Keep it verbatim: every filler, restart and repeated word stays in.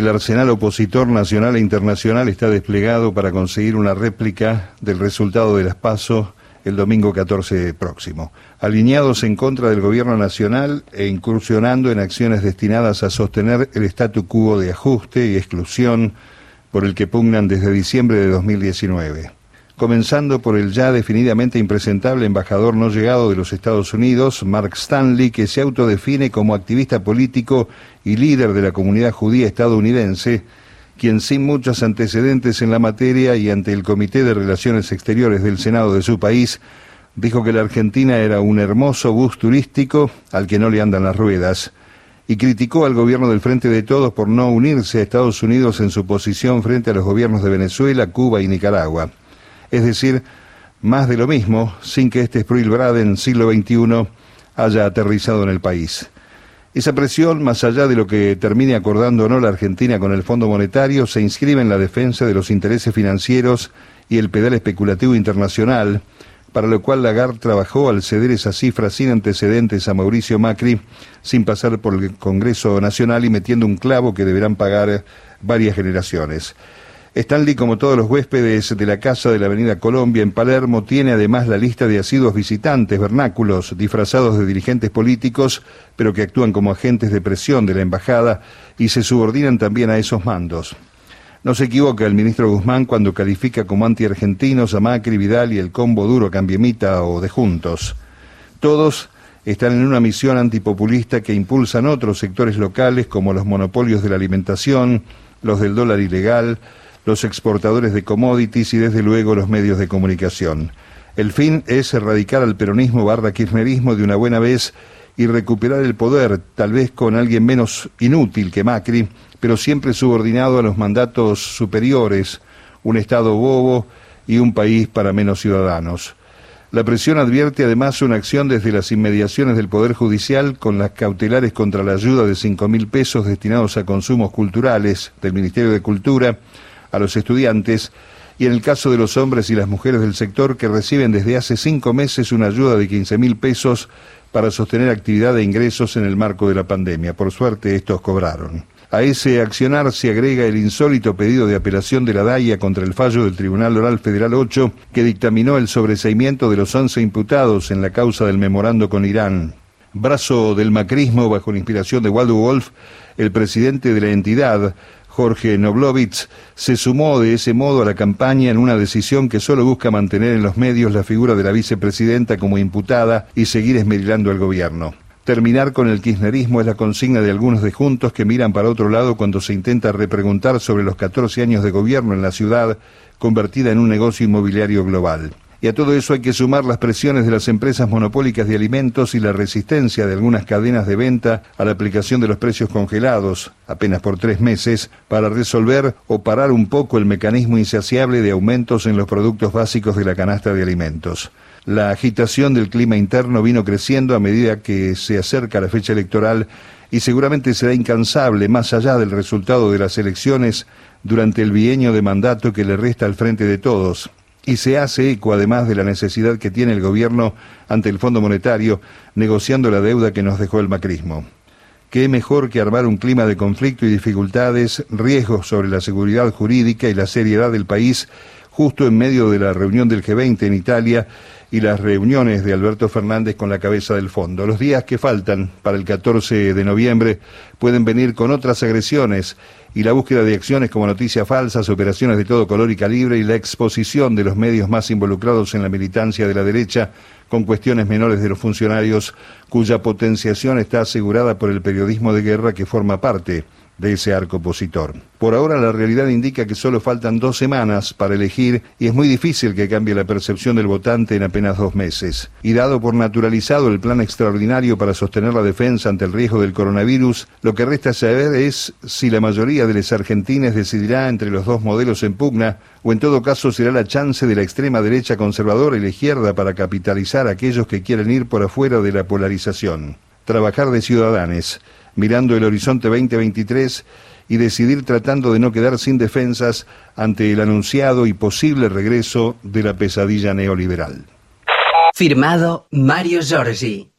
el arsenal opositor nacional e internacional está desplegado para conseguir una réplica del resultado de las PASO el domingo catorce próximo, alineados en contra del gobierno nacional e incursionando en acciones destinadas a sostener el statu quo de ajuste y exclusión por el que pugnan desde diciembre de dos mil diecinueve. Comenzando por el ya definidamente impresentable embajador no llegado de los Estados Unidos, Mark Stanley, que se autodefine como activista político y líder de la comunidad judía estadounidense, quien sin muchos antecedentes en la materia y ante el Comité de Relaciones Exteriores del Senado de su país, dijo que la Argentina era un hermoso bus turístico al que no le andan las ruedas, y criticó al gobierno del Frente de Todos por no unirse a Estados Unidos en su posición frente a los gobiernos de Venezuela, Cuba y Nicaragua. Es decir, más de lo mismo, sin que este Sproul-Braden siglo veintiuno haya aterrizado en el país. Esa presión, más allá de lo que termine acordando o no la Argentina con el Fondo Monetario, se inscribe en la defensa de los intereses financieros y el pedal especulativo internacional, para lo cual Lagarde trabajó al ceder esa cifra sin antecedentes a Mauricio Macri, sin pasar por el Congreso Nacional y metiendo un clavo que deberán pagar varias generaciones. Stanley, como todos los huéspedes de la Casa de la Avenida Colombia en Palermo, tiene además la lista de asiduos visitantes vernáculos, disfrazados de dirigentes políticos, pero que actúan como agentes de presión de la embajada y se subordinan también a esos mandos. No se equivoca el ministro Guzmán cuando califica como antiargentinos a Macri, Vidal y el combo duro Cambiemita o de Juntos. Todos están en una misión antipopulista que impulsan otros sectores locales como los monopolios de la alimentación, los del dólar ilegal, los exportadores de commodities y desde luego los medios de comunicación. El fin es erradicar al peronismo barra kirchnerismo de una buena vez y recuperar el poder, tal vez con alguien menos inútil que Macri, pero siempre subordinado a los mandatos superiores, un Estado bobo y un país para menos ciudadanos. La presión advierte además una acción desde las inmediaciones del Poder Judicial con las cautelares contra la ayuda de cinco mil pesos destinados a consumos culturales del Ministerio de Cultura, a los estudiantes, y en el caso de los hombres y las mujeres del sector que reciben desde hace cinco meses una ayuda de quince mil pesos para sostener actividad e ingresos en el marco de la pandemia. Por suerte estos cobraron. A ese accionar se agrega el insólito pedido de apelación de la DAIA contra el fallo del Tribunal Oral Federal ocho que dictaminó el sobreseimiento de los once imputados en la causa del memorando con Irán. Brazo del macrismo bajo la inspiración de Waldo Wolf, el presidente de la entidad, Jorge Noblovitz, se sumó de ese modo a la campaña en una decisión que solo busca mantener en los medios la figura de la vicepresidenta como imputada y seguir esmerilando al gobierno. Terminar con el kirchnerismo es la consigna de algunos de Juntos que miran para otro lado cuando se intenta repreguntar sobre los catorce años de gobierno en la ciudad, convertida en un negocio inmobiliario global. Y a todo eso hay que sumar las presiones de las empresas monopólicas de alimentos y la resistencia de algunas cadenas de venta a la aplicación de los precios congelados, apenas por tres meses, para resolver o parar un poco el mecanismo insaciable de aumentos en los productos básicos de la canasta de alimentos. La agitación del clima interno vino creciendo a medida que se acerca la fecha electoral y seguramente será incansable más allá del resultado de las elecciones durante el bienio de mandato que le resta al Frente de Todos. Y se hace eco además de la necesidad que tiene el gobierno ante el Fondo Monetario negociando la deuda que nos dejó el macrismo. ¿Qué mejor que armar un clima de conflicto y dificultades, riesgos sobre la seguridad jurídica y la seriedad del país justo en medio de la reunión del G veinte en Italia y las reuniones de Alberto Fernández con la cabeza del fondo? Los días que faltan para el catorce de noviembre pueden venir con otras agresiones y la búsqueda de acciones como noticias falsas, operaciones de todo color y calibre y la exposición de los medios más involucrados en la militancia de la derecha con cuestiones menores de los funcionarios cuya potenciación está asegurada por el periodismo de guerra que forma parte de ese arco opositor. Por ahora la realidad indica que solo faltan dos semanas para elegir y es muy difícil que cambie la percepción del votante en apenas dos meses. Y dado por naturalizado el plan extraordinario para sostener la defensa ante el riesgo del coronavirus, lo que resta saber es si la mayoría de los argentines decidirá entre los dos modelos en pugna o en todo caso será la chance de la extrema derecha conservadora y la izquierda para capitalizar a aquellos que quieren ir por afuera de la polarización. Trabajar de ciudadanos, mirando el horizonte veinte veintitrés y decidir tratando de no quedar sin defensas ante el anunciado y posible regreso de la pesadilla neoliberal. Firmado Mario Giorgi.